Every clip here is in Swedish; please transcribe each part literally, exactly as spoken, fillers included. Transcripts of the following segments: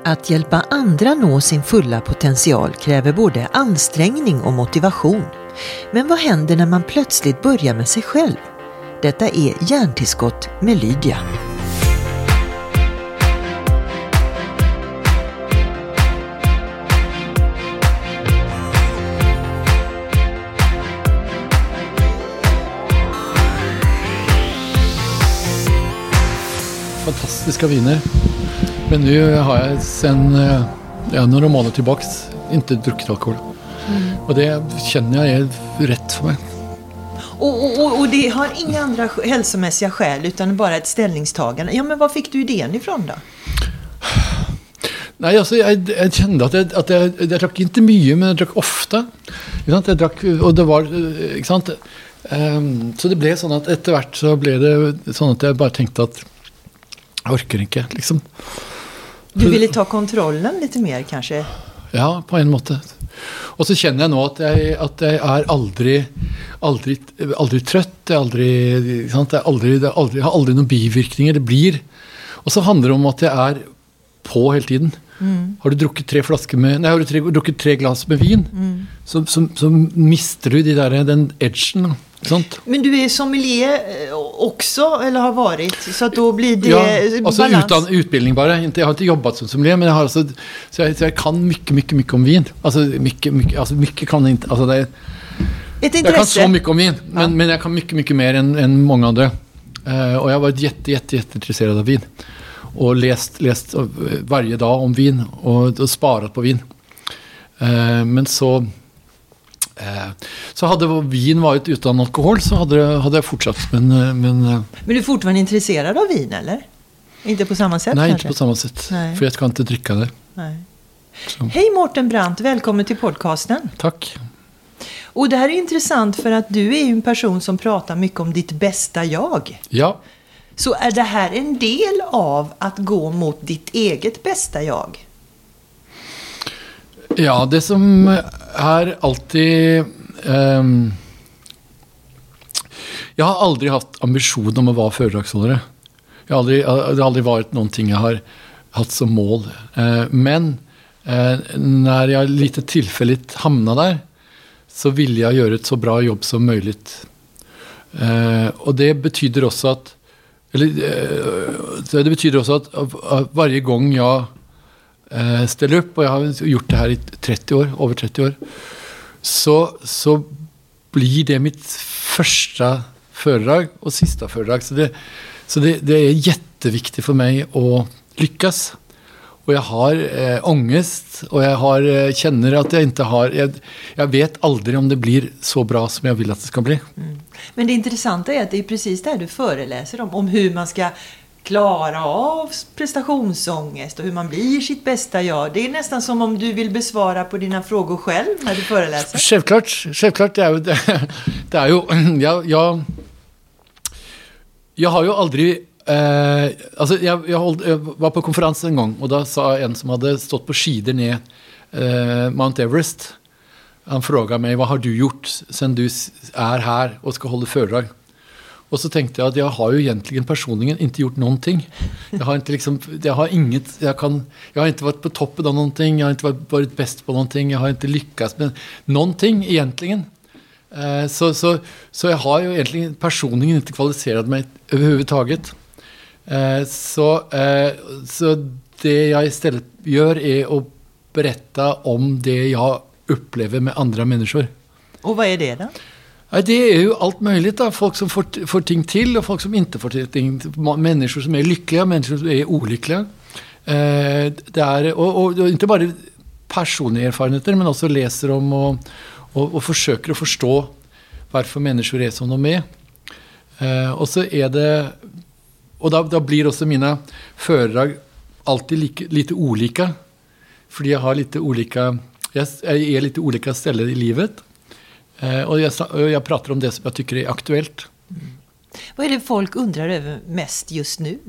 Att hjälpa andra nå sin fulla potential kräver både ansträngning och motivation. Men vad händer när man plötsligt börjar med sig själv? Detta är Hjärntillskott med Lydia. Fantastiska viner. Men nu har jag sen ja, några månader tillbaka inte druckit alkohol. Mm. Och det känner jag är rätt för mig. Och, och, och det har inga andra hälsomässiga skäl utan bara ett ställningstagande. Ja, men var fick du idén ifrån då? Nej, alltså, jag, jag kände att jag, att jag, jag drack inte mycket, men jag drack ofta. Jag drack, och det var, inte sant? Um, så det blev sånn att efterhvert så blev det sånn att jag bara tänkte att jag orkar inte, liksom. Du ville ta kontrollen lite mer kanske? Ja, på en måte. Och så känner jag nu att jag, att jag är aldrig, aldrig, aldrig trött. Jag, är aldrig, sant? Jag, är aldrig, jag, aldrig, jag har aldrig några bivirkningar. Det blir. Och så handlar det om att jag är på hela tiden. Mm. Har du druckit tre flaskor med, nej, har du tre, druckit tre glas med vin, mm. så, så, så mister du de där, den edgen. Sånt. Men du är sommelier också, eller har varit, så att då blir det ja, alltså balans. Utan utbildning bara. Inte, jag har inte jobbat som sommelier, men jag har alltså, så jag, så jag kan mycket, mycket, mycket om vin. Alltså mycket, mycket, alltså mycket kan jag inte. Alltså det är, ett intresse. Jag kan så mycket om vin, men, ja. men jag kan mycket, mycket mer än, än många andra. Uh, och jag har varit jätte, jätte, jätte intresserad av vin. Och läst, läst varje dag om vin och, och sparat på vin. Uh, men så Så hade vin varit utan alkohol så hade, hade jag fortsatt. Men, men, men du är fortfarande intresserad av vin, eller? Inte på samma sätt? Nej, kanske? Inte på samma sätt. Nej. För jag kan inte dricka det. Nej. Hej Mårten Brandt, välkommen till podcasten. Tack. Och det här är intressant för att du är ju en person som pratar mycket om ditt bästa jag. Ja. Så är det här en del av att gå mot ditt eget bästa jag? Ja, det som är alltid um, jag har aldrig haft ambition om att vara föredragshållare. Jag har aldrig, det har aldrig varit någonting jag har haft som mål. Uh, men uh, när jag lite tillfälligt hamnade där så ville jag göra ett så bra jobb som möjligt. Uh, och det betyder också att eller, uh, det betyder också att, att, att varje gång jag ställer upp, och jag har gjort det här i trettio år, över trettio år, så, så blir det mitt första föredrag och sista föredrag. Så det, så det, det är jätteviktigt för mig att lyckas. Och jag har eh, ångest, och jag har, eh, känner att jag inte har, jag, jag vet aldrig om det blir så bra som jag vill att det ska bli. Mm. Men det intressanta är att det är precis det här du föreläser om, om hur man ska klara av prestationsångest och hur man blir sitt bästa jag. Det är nästan som om du vill besvara på dina frågor själv när du föreläser. Självklart, självklart det är ju, det, det är ju jag, jag, jag har ju aldrig eh, alltså jag, jag, håll, jag var på konferens en gång, och då sa en som hade stått på skidor ner eh, Mount Everest, han frågade mig, vad har du gjort sen du är här och ska hålla föredrag? Och så tänkte jag att jag har ju egentligen personligen inte gjort någonting. Jag har inte liksom, jag har inget, jag kan, jag har inte varit på toppen av någonting, jag har inte varit, varit bäst på någonting, jag har inte lyckats med någonting egentligen. Eh, så, så, så jag har ju egentligen personligen inte kvalificerat mig överhuvudtaget. Eh, så, eh, så det jag istället gör är att berätta om det jag upplever med andra människor. Och vad är det då? Ja, det är ju allt möjligt då. Folk som får, får ting till och folk som inte får ting. Människor som är lyckliga, människor som är olyckliga. Eh, det är, och, och, och inte bara personliga erfarenheter, men också läser om och, och, och försöker att förstå varför människor är som de är. Eh, och så är det, och då, då blir också mina föredrag alltid lika, lite olika. För jag har lite olika, jag är lite olika ställen i livet. Uh, och jag, jag pratar om det som jag tycker är aktuellt. Mm. Vad är det folk undrar över mest just nu?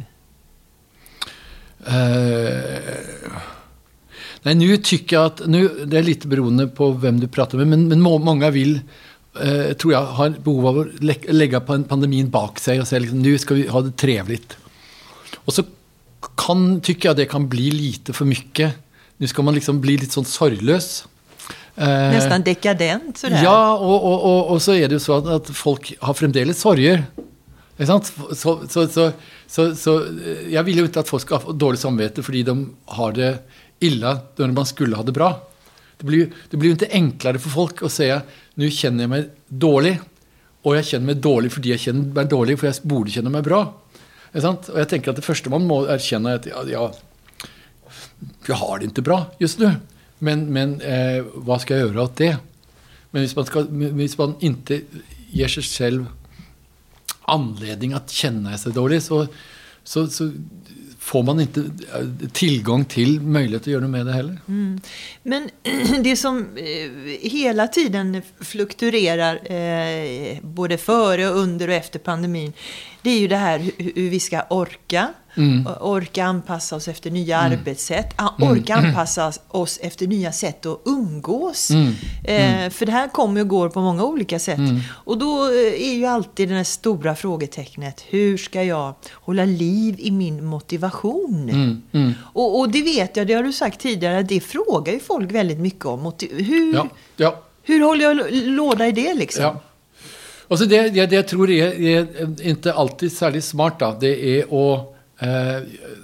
Uh, nej, nu tycker jag att nu, det är lite beroende på vem du pratar med, men, men må, många vill, uh, tror jag, ha behov av att lä- lägga pandemin bak sig och säga liksom, nu ska vi ha det trevligt. Och så kan, tycker jag det kan bli lite för mycket. Nu ska man liksom bli lite sån sorglös. Nästan dekadent sådär. Ja, och, och, och, och så är det ju så att, att folk har fremdeles sorger. Det är sant? Så, så, så, så, så jag vill ju inte att folk ska ha dåligt samvete fordi de har det illa när man skulle ha det bra. Det blir ju det blir ju inte enklare för folk att säga nu känner jag mig dålig och jag känner mig dålig fordi jag känner mig dålig för jag borde känna mig bra. Det är sant? Och jag tänker att det första man må erkänna är att ja, ja, jag har det inte bra just nu. Men, men eh, vad ska jag göra åt det? Men hvis man, ska, hvis man inte ger sig själv anledning att känna sig dålig så, så, så får man inte tillgång till möjlighet att göra något med det heller. Mm. Men det som eh, hela tiden fluktuerar eh, både före, under och efter pandemin, det är ju det här hur, hur vi ska orka. Mm. Orka anpassa oss efter nya mm. arbetssätt. Orka mm. anpassa oss efter nya sätt att umgås. Mm. Mm. Eh, för det här kommer och går på många olika sätt. Mm. Och då är ju alltid det här stora frågetecknet. Hur ska jag hålla liv i min motivation? Mm. Mm. Och, och det vet jag, det har du sagt tidigare, det frågar ju folk väldigt mycket om. Hur, ja. Ja. hur håller jag låda i det liksom? Ja. Och så det, det, det jag tror är, är inte alltid särskilt smart då, det är att Eh,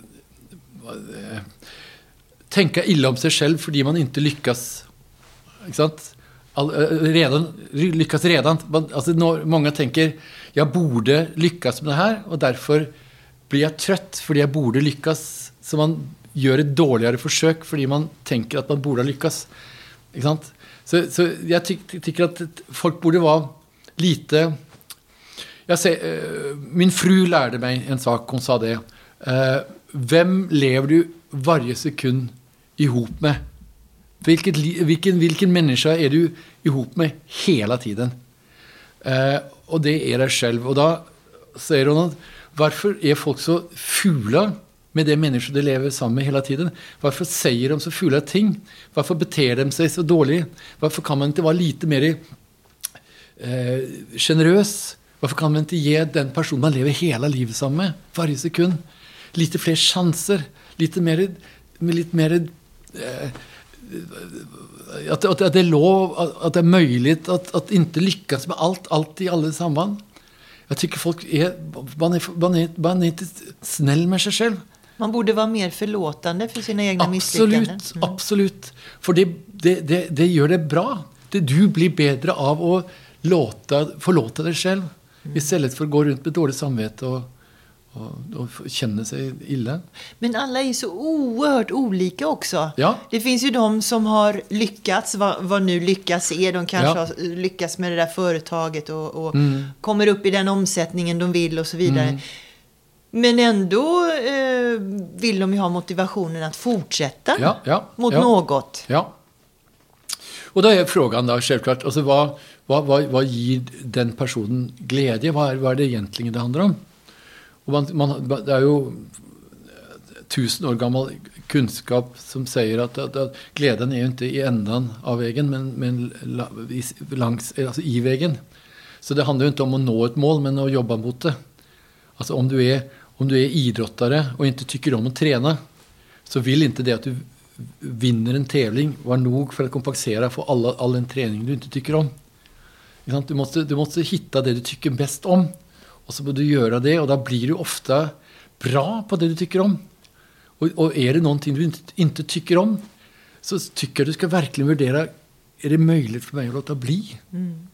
tänka illa om sig själv fordi man inte lyckas, ikke sant? All, redan, lyckas redan. Man, alltså, når, många tänker jag borde lyckas med det här och därför blir jag trött fordi jag borde lyckas, så man gör ett dåligare försök fordi man tänker att man borde lyckas, ikke sant? Så, så jag ty, tycker att folk borde vara lite jag säger, min fru lärde mig en sak, hon sa det. Uh, vem lever du varje sekund ihop med? Vilket, vilken, vilken människa är du ihop med hela tiden? Uh, och det är dig själv. Och då säger hon att varför är folk så fula med det människor de lever samman med hela tiden? Varför säger de så fula ting? Varför beter de sig så dåligt? Varför kan man inte vara lite mer uh, generös? Varför kan man inte ge den person man lever hela livet sammen med varje sekund lite fler chanser, lite mer med lite mer eh, att, att, att det är lov att, att det är möjligt att, att inte lyckas med allt allt i alla samband. Jag tycker folk är man är man är, man är inte snäll med sig själv. Man borde vara mer förlåtande för sina egna absolut, misslyckanden. Mm. Absolut. För det, det, det, det gör det bra. Det, du blir bättre av att låta, förlåta dig själv. Mm. Istället för att gå runt med dåligt samvete och, och, och känna sig illa. Men alla är så oerhört olika också. Ja. Det finns ju de som har lyckats, vad, vad nu lyckas är. De kanske ja. har lyckats med det där företaget och, och mm. kommer upp i den omsättningen de vill och så vidare. Mm. Men ändå eh, vill de ju ha motivationen att fortsätta ja, ja, mot ja. något. Ja. Och då är frågan då självklart, alltså vad, vad, vad, vad ger den personen glädje? Vad är, vad är det egentligen det handlar om? Och man, man, det är ju tusen år gammal kunskap som säger att, att, att glädjen är ju inte i ändan av vägen men, men langs, alltså i vägen. Så det handlar ju inte om att nå ett mål men att jobba mot det. Alltså om du är, om du är idrottare och inte tycker om att träna så vill inte det att du vinner en tävling vara nog för att kompensera för alla, all den träning du inte tycker om. Du måste, du måste hitta det du tycker bäst om och så måste du göra det och då blir du ofta bra på det du tycker om. Och, och är det någonting du inte, inte tycker om så tycker jag du ska verkligen värdera, är det möjligt för mig att låta bli? Mm.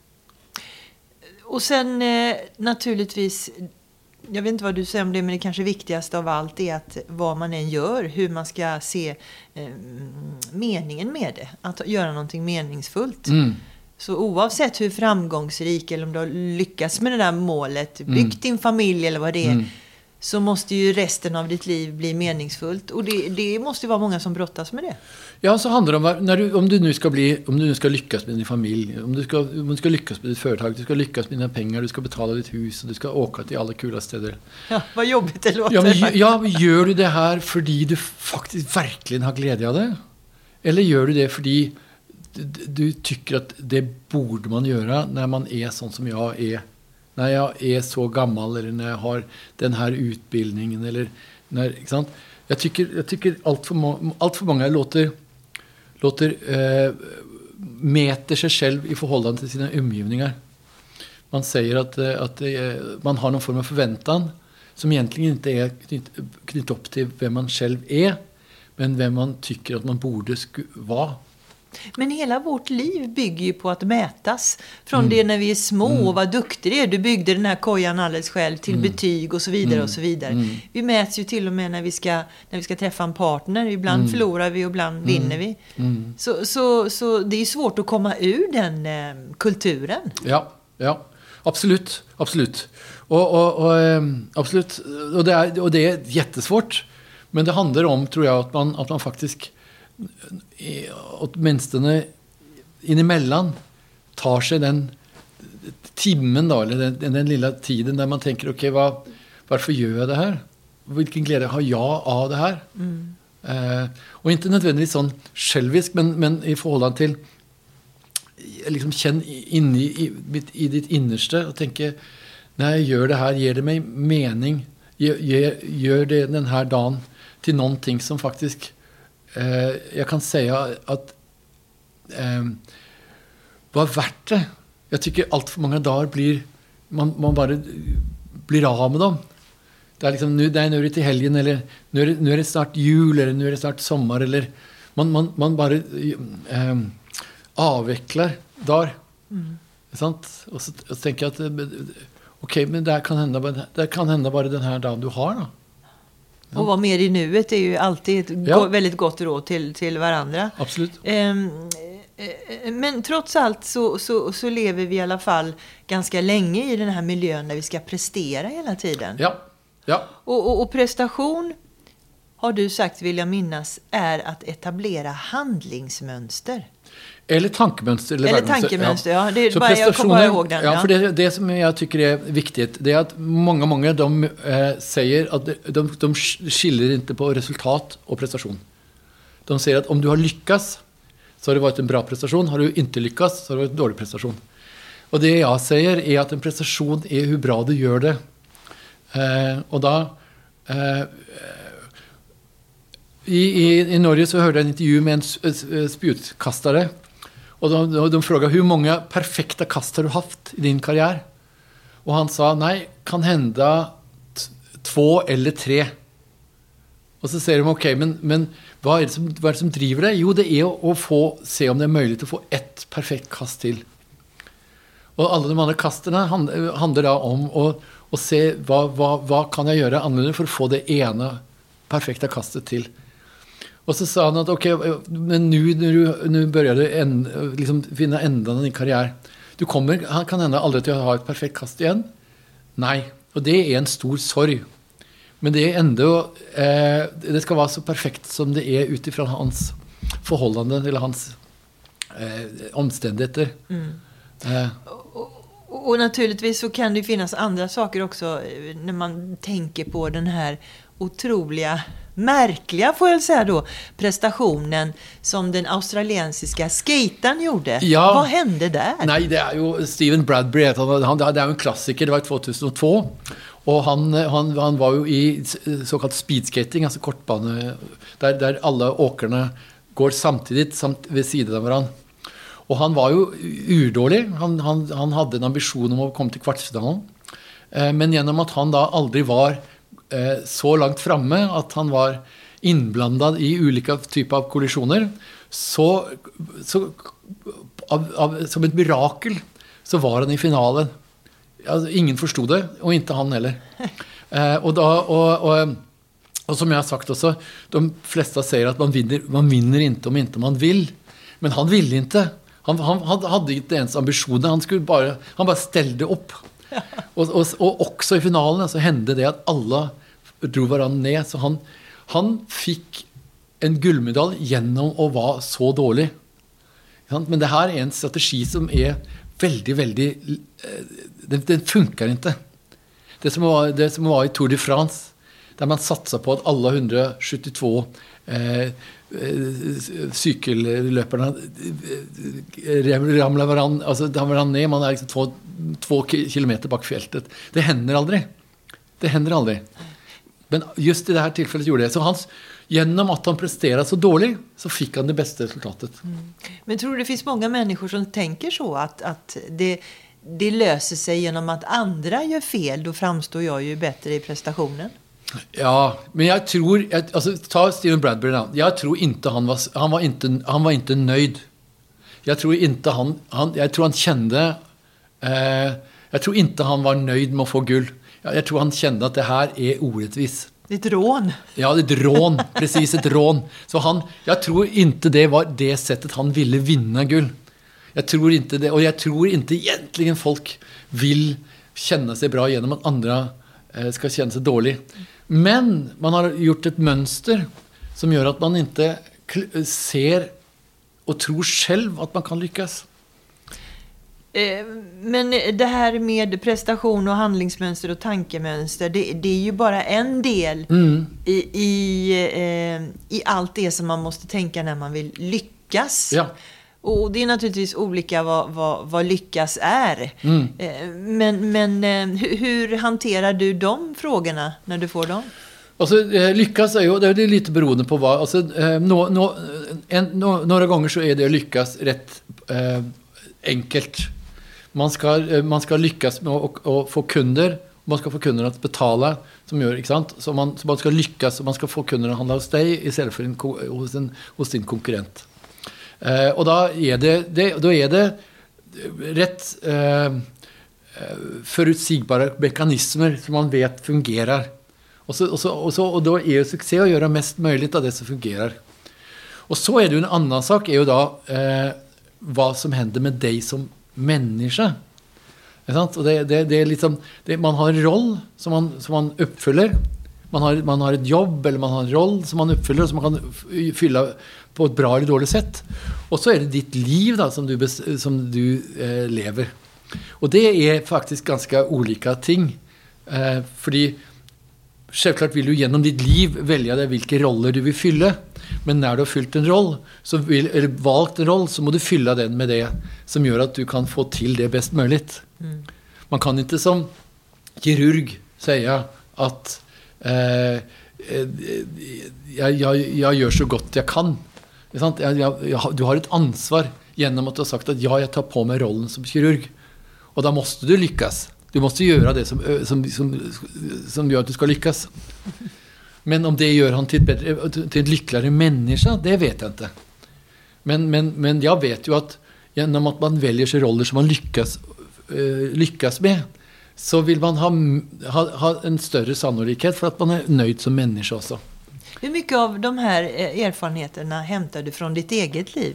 Och sen eh, naturligtvis, jag vet inte vad du säger om det, men det kanske viktigaste av allt är att vad man än gör, hur man ska se eh, meningen med det. Att göra någonting meningsfullt. Mm. Så oavsett hur framgångsrik eller om du har lyckats med det där målet, byggt mm. din familj eller vad det är, mm. så måste ju resten av ditt liv bli meningsfullt. Och det, det måste ju vara många som brottas med det. Ja, så handlar det om när du, om du nu ska bli, om du nu ska lyckas med din familj, om du ska, om du ska lyckas med ditt företag, du ska lyckas med dina pengar, du ska betala ditt hus och du ska åka till alla kul städer. Ja, vad jobbigt det låter. Ja, men, ja, gör du det här fordi du faktiskt verkligen har glädje av det? Eller gör du det fordi du, du tycker att det borde man göra när man är sån som jag är? När jag är så gammal eller när jag har den här utbildningen eller när, inte sant? jag tycker, jag tycker allt, för må, allt för många låter, låter eh, mäter sig själv i förhållande till sina omgivningar. Man säger att, att man har någon form av förväntan som egentligen inte är knytt upp till vem man själv är, men vem man tycker att man borde vara. Men hela vårt liv bygger ju på att mätas. Från mm. det när vi är små och mm. vad duktig det är. Du byggde den här kojan alldeles själv till mm. betyg och så vidare mm. och så vidare. Mm. Vi mäts ju till och med när vi ska, när vi ska träffa en partner. Ibland mm. förlorar vi och ibland mm. vinner vi. Mm. Så, så, så det är svårt att komma ur den eh, kulturen. Ja, ja. Absolut, absolut. Och, och, och, absolut. Och, det är, och det är jättesvårt. Men det handlar om, tror jag, att man, att man faktiskt åtminstone inemellan tar sig den timmen då, eller den, den lilla tiden där man tänker, okej, okay, varför gör jag det här? Vilken glädje har jag av det här? Mm. Eh, och inte nödvändigtvis sån självisk, men, men i förhållande till liksom känn in i, i, i ditt innersta och tänka, när jag gör det här, ger det mig mening? Gör, gör det den här dagen till någonting som faktiskt eh, jag kan säga att eh, var värt det. Jag tycker allt för många dagar blir man, man bara blir av med dem. Det är liksom, nu, det är nu är det till helgen, eller nu är det, nu är det snart jul, eller nu är det snart sommar, eller man, man, man bara eh, avvecklar dagar. Mm. Sant? Och så, och så tänker jag att okej, okay, men det kan hända, det kan hända bara den här dagen du har då. Ja. Och vara mer i nuet är ju alltid ett ja. go- väldigt gott råd till, till varandra. Absolut. Um, men trots allt så, så, så lever vi i alla fall ganska länge i den här miljön där vi ska prestera hela tiden. Ja, ja. Och, och, och prestation, har du sagt, vill jag minnas, är att etablera handlingsmönster. Eller tankemönster. Eller, eller tankemönster, ja. ja. Det är så bara, jag kommer bara ihåg den. Ja, ja. för det, det som jag tycker är viktigt, det är att många, många de eh, säger att de, de, de skiljer inte på resultat och prestation. De säger att om du har lyckats så har det varit en bra prestation. Har du inte lyckats så har det varit en dålig prestation. Och det jag säger är att en prestation är hur bra du gör det. Eh, och då eh, i, i, i Norge så hörde jag en intervju med en spjutkastare. Och de, de, de frågade hur många perfekta kast har du haft i din karriär? Och han sa, nej, kan hända t- två eller tre. Och så säger de, okej, okay, men, men vad, är det som, vad är det som driver det? Jo, det är att, att få se om det är möjligt att få ett perfekt kast till. Och alla de andra kasterna hand, handlar då om att, att se vad, vad, vad kan jag göra annorlunda för att få det ena perfekta kastet till. Och så sa han att okej, okay, men nu, nu, nu börjar du en, liksom finna ändan i din karriär. Du kommer, han kan hända aldrig till att ha ett perfekt kast igen. Nej, och det är en stor sorg. Men det är ändå, eh, det ska vara så perfekt som det är utifrån hans förhållanden eller hans eh, omständigheter. Mm. Eh. Och, och, och naturligtvis så kan det finnas andra saker också när man tänker på den här otroliga, märkliga får jag säga då, prestationen som den australiensiska skataren gjorde. Ja. Vad hände där? Nej, det är ju Steven Bradbury, han, han, det är ju en klassiker, det var tjugohundratvå. Och han, han, han var ju i så kallad speedskating, alltså kortbane, där, där alla åkarna går samtidigt samt vid sidan av varandra. Och han var ju urdålig, han, han, han hade en ambition om att komma till kvartsfinalen. Eh, men genom att han då aldrig var eh, så långt framme att han var inblandad i olika typer av kollisioner, så, så av, av, som ett mirakel så var han i finalen. Alltså, ingen förstod det, och inte han heller. Eh, och, då, och, och, och som jag har sagt också, de flesta säger att man vinner, man vinner inte om inte man vill. Men han ville inte. Han, han hade inte ens ambitioner, han, skulle bara, han bara ställde upp. Och, och, och också i finalen så hände det att alla drog varandra ner. Så han, han fick en guldmedalj genom att vara så dålig. Men det här är en strategi som är väldigt, väldigt... Den, den funkar inte. Det som, var, det som var i Tour de France, där man satsar på att alla hundrasjuttiotvå eh, cykellöparna ramlar varandra, alltså ramlar ner, man är liksom två, två kilometer bak fältet. Det händer aldrig. Det händer aldrig. Men just i det här tillfället gjorde det. Så hans, genom att han presterade så dåligt så fick han det bästa resultatet. Mm. Men tror du det finns många människor som tänker så att, att det, det löser sig genom att andra gör fel? Då framstår jag ju bättre i prestationen. Ja, men jag tror, alltså ta Steven Bradbury då. Jag tror inte han var, han var inte, han var inte nöjd. Jag tror inte han, han jag tror han kände, eh, jag tror inte han var nöjd med att få guld. Jag, jag tror han kände att det här är orättvis. Ett rån. Ja, ett rån, precis ett rån. Så han, jag tror inte det var det sättet han ville vinna guld. Jag tror inte det, och jag tror inte egentligen folk vill känna sig bra genom att andra eh, ska känna sig dåligt. Men man har gjort ett mönster som gör att man inte ser och tror själv att man kan lyckas. Men det här med prestation och handlingsmönster och tankemönster, det, det är ju bara en del mm. i, i, eh, i allt det som man måste tänka när man vill lyckas. Ja. Och det är naturligtvis olika vad, vad, vad lyckas är. Mm. Men, men hur, hur hanterar du de frågorna när du får dem? Alltså, lyckas är ju, det är lite beroende på vad. Alltså, no, no, en, no, några gånger så är det att lyckas rätt eh, enkelt. Man ska, man ska lyckas med att, att få kunder. Man ska få kunderna att betala. Som gör, inte sant? Så, man, så man ska lyckas och man ska få kunderna att handla hos dig istället för en, hos, en, hos din konkurrent. Eh, och då är det, det, då är det rätt eh, förutsägbara mekanismer som man vet fungerar. Och, så, och, så, och, så, och då är ju succé att göra mest möjligt av det som fungerar. Och så är det ju en annan sak, är ju då eh, vad som händer med dig som människa. Och det, det, det är liksom, det, man har en roll som man, som man uppfyller. Man har, man har ett jobb eller man har en roll som man uppfyller som man kan fylla på ett bra eller dåligt sätt. Och så är det ditt liv då, som du, som du eh, lever. Och det är faktiskt ganska olika ting. Eh, fordi självklart vill du genom ditt liv välja dig vilka roller du vill fylla. Men när du har fyllt en roll, så vill, eller valt en roll, så må du fylla den med det som gör att du kan få till det bäst möjligt. Mm. Man kan inte som kirurg säga att eh, eh, jag, jag, jag gör så gott jag kan. Jag, jag, jag, du har ett ansvar genom att du har sagt att ja, jag tar på mig rollen som kirurg. Och då måste du lyckas. Du måste göra det som, som, som, som gör att du ska lyckas. Men om det gör han till, bättre, till en lyckligare människa, det vet jag inte. Men, men, men jag vet ju att genom att man väljer sig roller som man lyckas, uh, lyckas med, så vill man ha, ha, ha en större sannolikhet för att man är nöjd som människa också. Hur mycket av de här erfarenheterna hämtar du från ditt eget liv?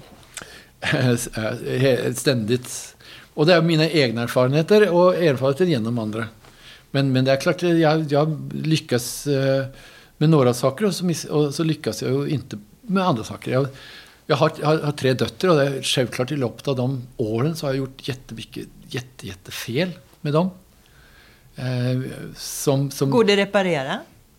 Ständigt. Och det är mina egna erfarenheter och erfarenheter genom andra. Men, men det är klart att jag, jag lyckas med några saker och så, och så lyckas jag ju inte med andra saker. Jag, jag, har, jag har tre döttrar och det är självklart i loppet av de åren så har jag gjort jättemycket jätte, jättefel med dem. Eh, som, som, Går det reparera?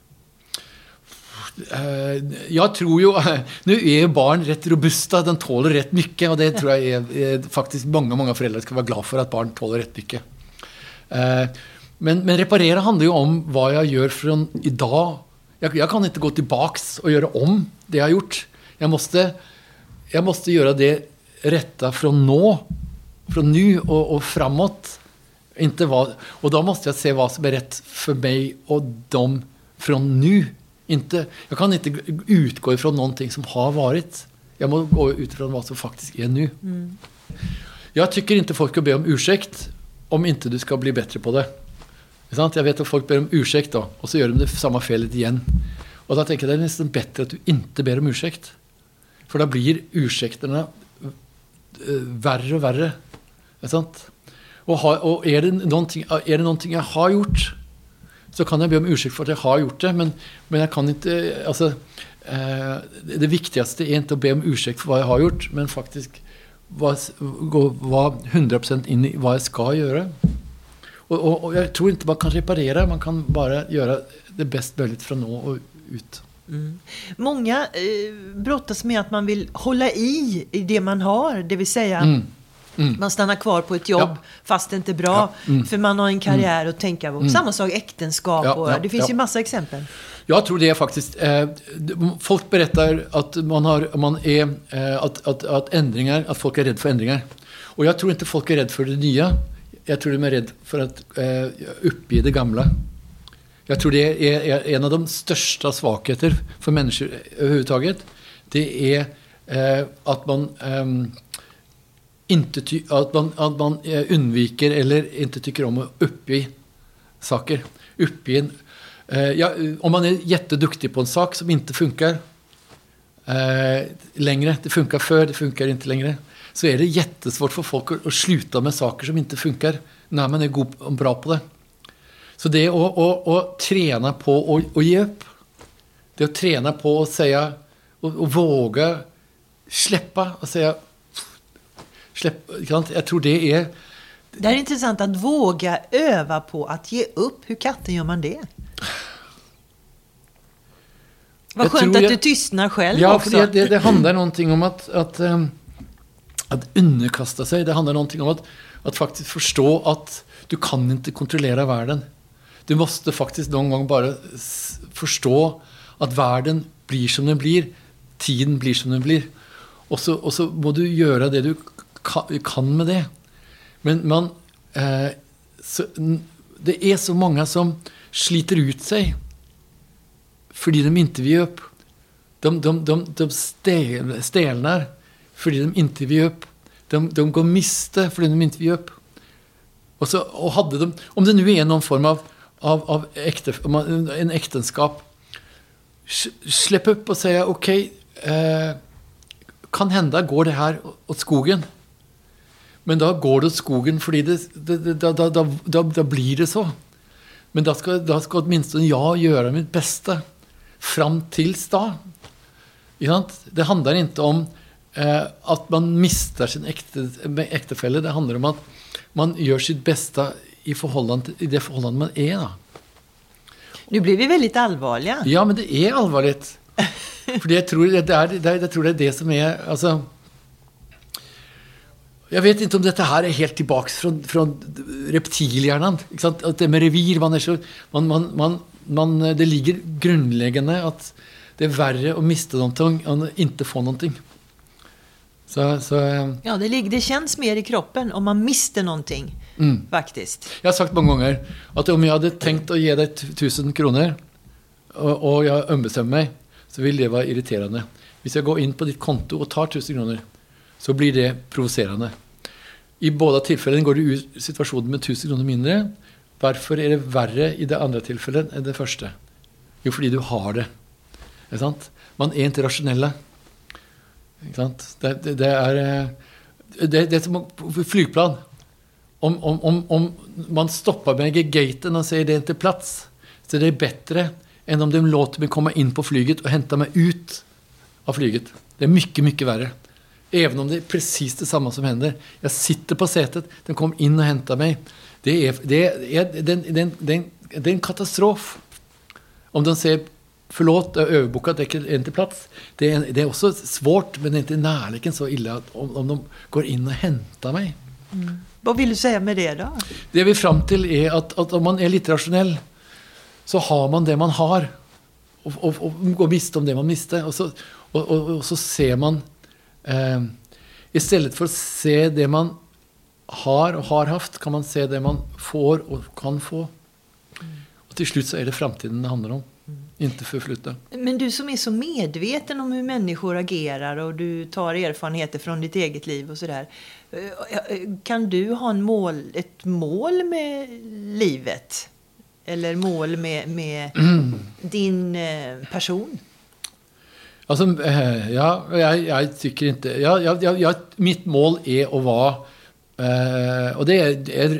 Jag tror ju, nu är ju barn rätt robusta, de tåler rätt mycket och det tror jag är, är faktiskt många, många föräldrar ska vara glada för att barn tåler rätt mycket. Men, men reparera handlar ju om vad jag gör från idag. Jag, jag kan inte gå tillbaks och göra om det jag har gjort. Jag måste, jag måste göra det rätta från nå, från nu och, och framåt. Inte vad, och då måste jag se vad som är rätt för mig och dem från nu. Inte, jag kan inte utgå ifrån någonting som har varit. Jag måste gå utifrån vad som faktiskt är nu. Mm. Jag tycker inte folk ska be om ursäkt om inte du ska bli bättre på det. Jag vet att folk ber om ursäkt då, och så gör de det samma felet igen. Och då tänker jag det är nästan bättre att du inte ber om ursäkt. För då blir ursäkterna värre och värre. Och, ha, och är, det någonting, är det någonting jag har gjort, så kan jag be om ursäkt för att jag har gjort det, men, men jag kan inte, alltså, eh, det viktigaste är inte att be om ursäkt för vad jag har gjort, men faktiskt vara var hundra procent in i vad jag ska göra. Och, och, och jag tror inte man kan reparera, man kan bara göra det bäst möjligt från nå och ut. Mm. Många eh, brottas med att man vill hålla i, i det man har, det vill säga mm. Mm. Man stannar kvar på ett jobb ja. fast det inte är bra. Ja. Mm. För man har en karriär mm. att tänka på. Mm. Samma sak äktenskap. Ja, och, ja, det finns ja. ju massa exempel. Jag tror det är faktiskt... Eh, folk berättar att man, har, man är... Eh, att, att, att ändringar... Att folk är rädd för ändringar. Och jag tror inte folk är rädd för det nya. Jag tror de är rädd för att eh, uppge det gamla. Jag tror det är, är en av de största svagheter för människor överhuvudtaget. Det är eh, att man... Eh, Inte ty- att man, att man undviker eller inte tycker om att uppge saker. Uppge en, eh, ja, om man är jätteduktig på en sak som inte funkar eh, längre, det funkar för, det funkar inte längre, så är det jättesvårt för folk att, att sluta med saker som inte funkar när man är god och bra på det. Så det är att, att, att träna på att, att ge upp. Det är att träna på att säga och, och våga släppa och säga Släpp, jag tror det är... Det är intressant att våga öva på att ge upp. Hur katten gör man det? Vad skönt att jag, du tystnar själv ja, också. Ja, för det, det, det handlar någonting om att, att, att underkasta sig. Det handlar någonting om att, att faktiskt förstå att du kan inte kontrollera världen. Du måste faktiskt någon gång bara förstå att världen blir som den blir. Tiden blir som den blir. Och så, och så må du göra det du kan med det. Men man, eh, så, det är så många som sliter ut sig för de inte vill upp. De, de, de, de stel, stelnar för de inte vill upp. De, de går miste för de inte vill upp. Och så, och hade de, om det nu är någon form av, av, av äkte, en äktenskap, släpp upp och säga okej, okay, eh, kan hända går det här åt skogen. Men då går det åt skogen fordi det, det, det, då, då, då, då, då blir det så. Men då ska, då ska åtminstone jag göra mitt bästa fram tills då. Det handlar inte om eh, att man mister sin äkte, äktefälle. Det handlar om att man gör sitt bästa i, förhållande, i det förhållande man är. Då. Nu blir vi väldigt allvarliga. Ja, men det är allvarligt. För jag tror det är det, jag tror det är det som är alltså, jag vet inte om detta här är helt tillbaks från, från reptilhjärnan, att det med revir man är så, man, man, man, man, det ligger grundläggande att det är värre att mista någonting än att inte få någonting. Så, så, ja, det, ligger, det känns mer i kroppen om man mister någonting mm. faktiskt. Jag har sagt många gånger att om jag hade tänkt att ge dig tusen kronor och, och jag ömbestämmer mig, så vill det vara irriterande. Hvis jag går in på ditt konto och tar tusen kronor, så blir det provocerande. I båda tillfällen går du ur situationen med tusen kronor mindre. Varför är det värre i det andra tillfället än det första? Jo, fordi du har det. Är sant? Man är inte rationella. Är sant? Det, det, det är det, det är som på flygplan. Om, om, om, om man stoppar mig i gaten och säger det är inte plats, så det är bättre än om de låter mig komma in på flyget och hämta mig ut av flyget. Det är mycket, mycket värre. Även om det är precis det samma som händer. Jag sitter på sätet, de kommer in och hämtar mig. Det är, det är, det är, det är, det är, det är en katastrof. Om de säger, förlåt, jag har överbokat, det är inte plats. Det är, det är också svårt, men det är inte närligen så illa att om, om de går in och hämtar mig. Mm. Vad vill du säga med det då? Det vi fram till är att, att om man är lite rationell, så har man det man har och, och, och går miste om det man miste. Och så, och, och, och så ser man eh, istället för att se det man har och har haft, kan man se det man får och kan få. Mm. Och till slut så är det framtiden det handlar om. Mm. Inte förflytta. Men du som är så medveten om hur människor agerar och du tar erfarenheter från ditt eget liv och sådär. Kan du ha en mål, ett mål med livet? Eller mål med, med mm. din person? Alltså, ja, jag, jag tycker inte... Jag, jag, jag, mitt mål är att vara... Eh, och det är, det är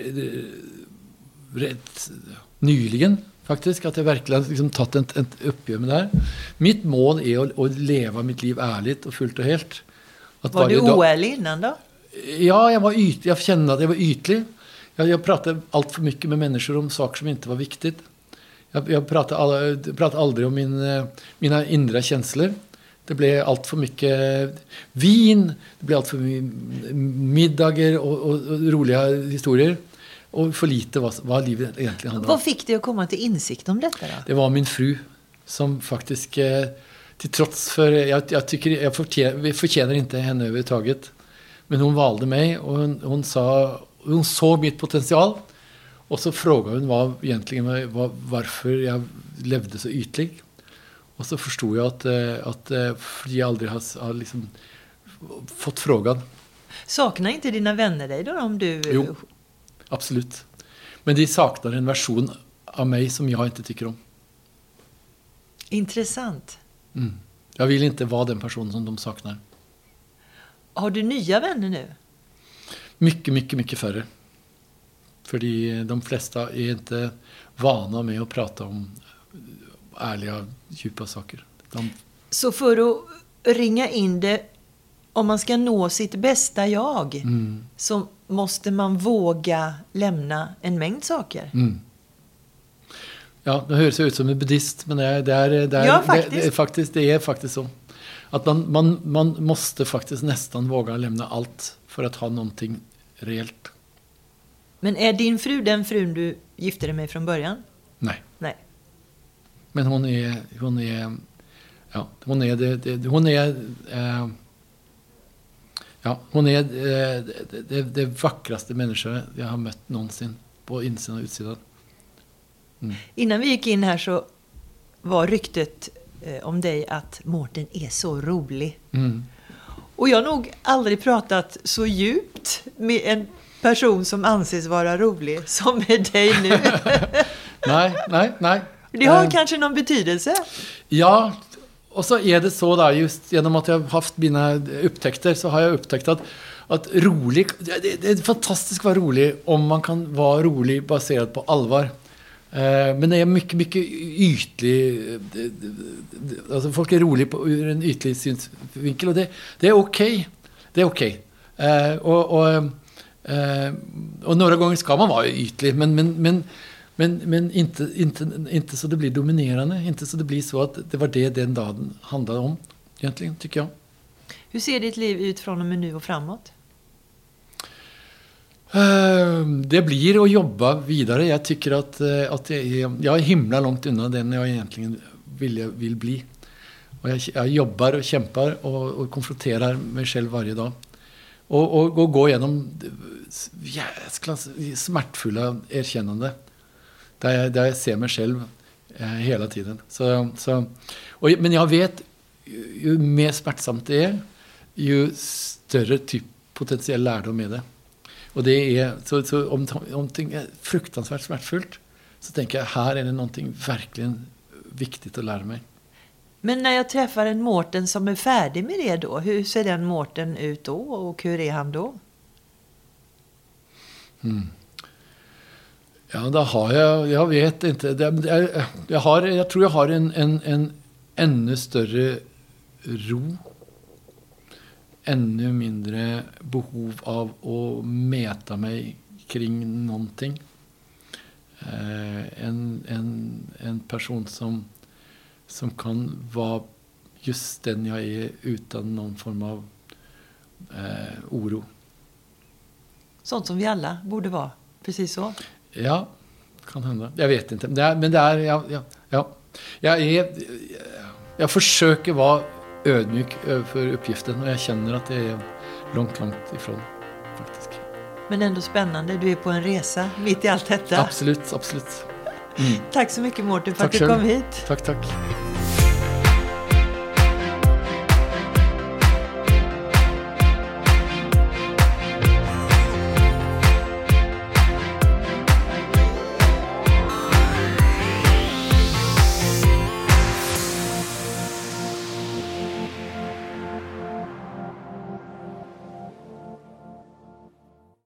rätt nyligen faktiskt, att jag verkligen liksom tagit ett, ett uppgör med det här. Mitt mål är att, att leva mitt liv ärligt och fullt och helt. Att var du oärlig innan då? Ja, jag var ytlig. Jag kände att jag var ytlig. Jag, jag pratade allt för mycket med människor om saker som inte var viktigt. Jag, jag pratade, all, pratade aldrig om min, mina inre känslor. Det blev allt för mycket vin, det blev allt för mycket middagar och, och, och roliga historier. Och för lite vad, vad livet egentligen handlar om. Vad fick dig att komma till insikt om detta då? Det var min fru som faktiskt, eh, till trots för, jag, jag tycker jag förtjänar, förtjänar inte henne överhuvudtaget. Men hon valde mig och hon, hon sa, hon såg mitt potential. Och så frågade hon vad, egentligen var, varför jag levde så ytlig. Och så förstod jag att, att, att jag aldrig har, har liksom fått frågan. Saknar inte dina vänner dig då om du... Jo, absolut. Men de saknar en version av mig som jag inte tycker om. Intressant. Mm. Jag vill inte vara den person som de saknar. Har du nya vänner nu? Mycket, mycket, mycket färre. För de flesta är inte vana med att prata om ärliga, djupa saker. De... Så för att ringa in det, om man ska nå sitt bästa jag, mm. så måste man våga lämna en mängd saker. Mm. Ja, det hörs ut som en buddhist, men det är, det är, det är, ja, faktiskt. Det, det, är faktiskt, det är faktiskt så. Att man, man, man måste faktiskt nästan våga lämna allt för att ha någonting reellt. Men är din fru den frun du gifte dig med från början? Nej. Nej. Men hon är, hon är, ja, hon är det, det hon är, eh, ja, hon är eh, det, det, det vackraste människa jag har mött någonsin på insidan och utsidan. Mm. Innan vi gick in här så var ryktet eh, om dig att Mårten är så rolig. Mm. Och jag har nog aldrig pratat så djupt med en person som anses vara rolig som med dig nu. nej, nej, nej. Det har um, kanske någon betydelse. Ja, och så är det så där, just genom att jag har haft mina upptäckter så har jag upptäckt att, att rolig, det, det är fantastiskt att vara rolig om man kan vara rolig baserat på allvar. Men det är mycket, mycket ytlig, alltså folk är roliga på, ur en ytlig synsvinkel och det, det är okej. Okay. Det är okej. Okay. Och, och, och några gånger ska man vara ytlig, men, men, men, men, men inte, inte, inte så det blir dominerande, inte så det blir så att det var det den dagen handlade om, egentligen, tycker jag. Hur ser ditt liv ut från och med nu och framåt? Det blir att jobba vidare. Jag tycker att, att jag, är, jag är himla långt undan den jag egentligen vill, vill bli. Och jag, jag jobbar och kämpar och, och konfronterar mig själv varje dag. Och, och, och går igenom jäskla smärtfulla erkännande. Där jag, där jag ser mig själv eh, hela tiden. Så, så, och, men jag vet, ju, ju mer smärtsamt det är, ju större typ potentiell lärdom med det. Och det är, så, så om någonting är fruktansvärt smärtfullt så tänker jag, här är det någonting verkligen viktigt att lära mig. Men när jag träffar en Mårten som är färdig med det då, hur ser den Mårten ut då och hur är han då? Mm. Ja, då har jag, jag vet inte, det, jag, har, jag tror jag har en, en, en ännu större ro. Ännu mindre behov av att mäta mig kring någonting. Eh, en, en, en person som, som kan vara just den jag är utan någon form av eh, oro. Sånt som vi alla borde vara, precis så. Ja, kan hända. Jag vet inte. Det är, men det är, ja, ja, ja. Jag är, jag försöker vara ödmjuk för uppgiften och jag känner att det är långt, långt ifrån faktiskt. Men ändå spännande, du är på en resa mitt i allt detta. Absolut, absolut. Mm. Tack så mycket Mårten för tack att du själv. kom hit. Tack, tack.